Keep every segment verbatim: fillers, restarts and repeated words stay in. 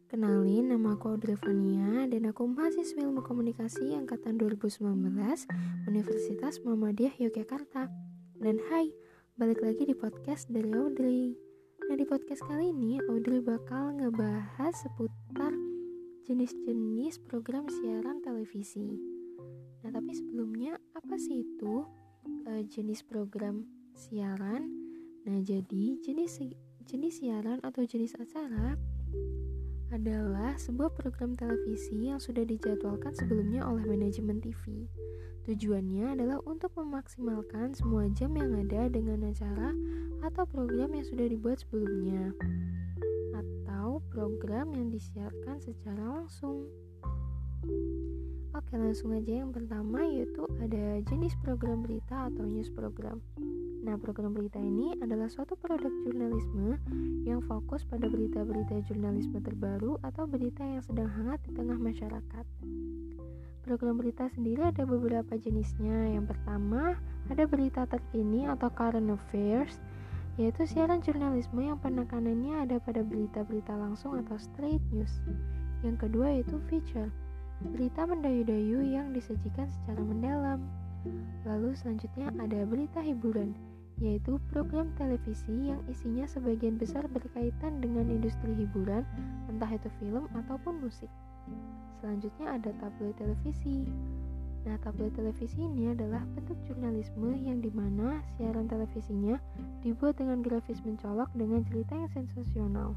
Kenalin, nama aku Audrey Fania dan aku mahasiswa Ilmu Komunikasi Angkatan dua ribu sembilan belas Universitas Muhammadiyah Yogyakarta. Dan hai, balik lagi di podcast dari Audrey. Nah, di podcast kali ini Audrey bakal ngebahas seputar jenis-jenis program siaran televisi. Nah, tapi sebelumnya apa sih itu e, jenis program siaran? Nah, jadi jenis jenis siaran atau jenis acara adalah sebuah program televisi yang sudah dijadwalkan sebelumnya oleh manajemen T V. Tujuannya adalah untuk memaksimalkan semua jam yang ada dengan acara atau program yang sudah dibuat sebelumnya, atau program yang disiarkan secara langsung. Oke, langsung aja yang pertama yaitu ada jenis program berita atau news program. Nah, program berita ini adalah suatu produk jurnalisme yang fokus pada berita-berita jurnalisme terbaru atau berita yang sedang hangat di tengah masyarakat. Program berita sendiri ada beberapa jenisnya. Yang pertama, ada berita terkini atau current affairs, yaitu siaran jurnalisme yang penekanannya ada pada berita-berita langsung atau straight news. Yang kedua yaitu feature, berita mendayu-dayu yang disajikan secara mendalam. Lalu selanjutnya ada berita hiburan, yaitu program televisi yang isinya sebagian besar berkaitan dengan industri hiburan, entah itu film ataupun musik. Selanjutnya ada tabloid televisi. Nah, tabloid televisi ini adalah bentuk jurnalisme yang dimana siaran televisinya dibuat dengan grafis mencolok dengan cerita yang sensasional.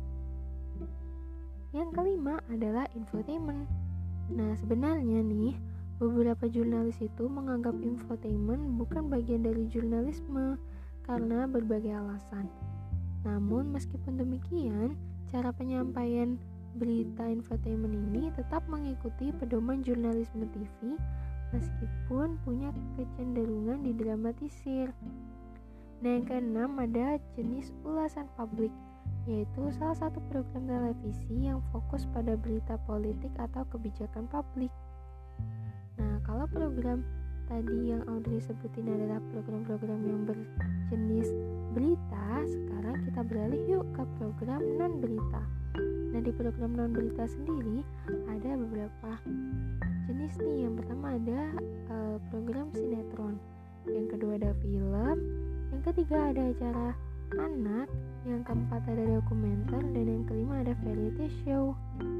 Yang kelima adalah infotainment. Nah, sebenarnya nih, beberapa jurnalis itu menganggap infotainment bukan bagian dari jurnalisme karena berbagai alasan. Namun meskipun demikian, cara penyampaian berita infotainment ini tetap mengikuti pedoman jurnalisme T V meskipun punya kecenderungan didramatisir. Nah, yang keenam ada jenis ulasan publik, yaitu salah satu program televisi yang fokus pada berita politik atau kebijakan publik. Nah, kalau program tadi yang Audrey sebutin adalah program-program yang berjenis berita, sekarang kita beralih yuk ke program non-berita. Nah, di program non-berita sendiri ada beberapa jenis nih. Yang pertama ada uh, program sinetron, yang kedua ada film, yang ketiga ada acara anak, yang keempat ada dokumenter, dan yang kelima ada variety show.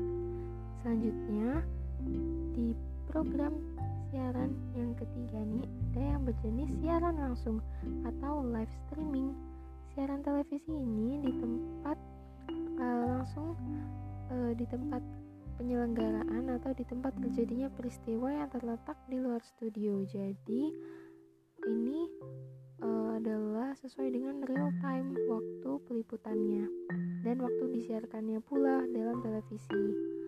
Selanjutnya di program siaran yang ketiga nih ada yang berjenis siaran langsung atau live streaming. Siaran televisi ini di tempat uh, langsung uh, di tempat penyelenggaraan atau di tempat terjadinya peristiwa yang terletak di luar studio. Jadi ini uh, adalah sesuai dengan real time waktu peliputannya dan waktu disiarkannya pula dalam televisi.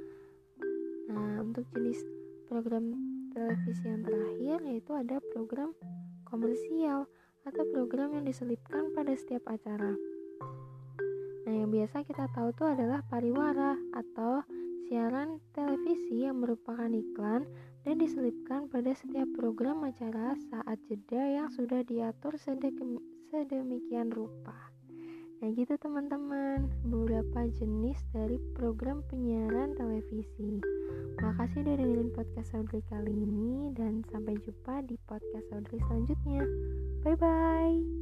Nah, untuk jenis program televisi yang terakhir yaitu ada program komersial atau program yang diselipkan pada setiap acara. Nah, yang biasa kita tahu itu adalah pariwara atau siaran televisi yang merupakan iklan dan diselipkan pada setiap program acara saat jeda yang sudah diatur sedemikian rupa. Nah, gitu teman-teman, beberapa jenis dari program penyiaran televisi. Makasih udah dengerin podcast Audrey kali ini dan sampai jumpa di podcast Audrey selanjutnya. Bye-bye.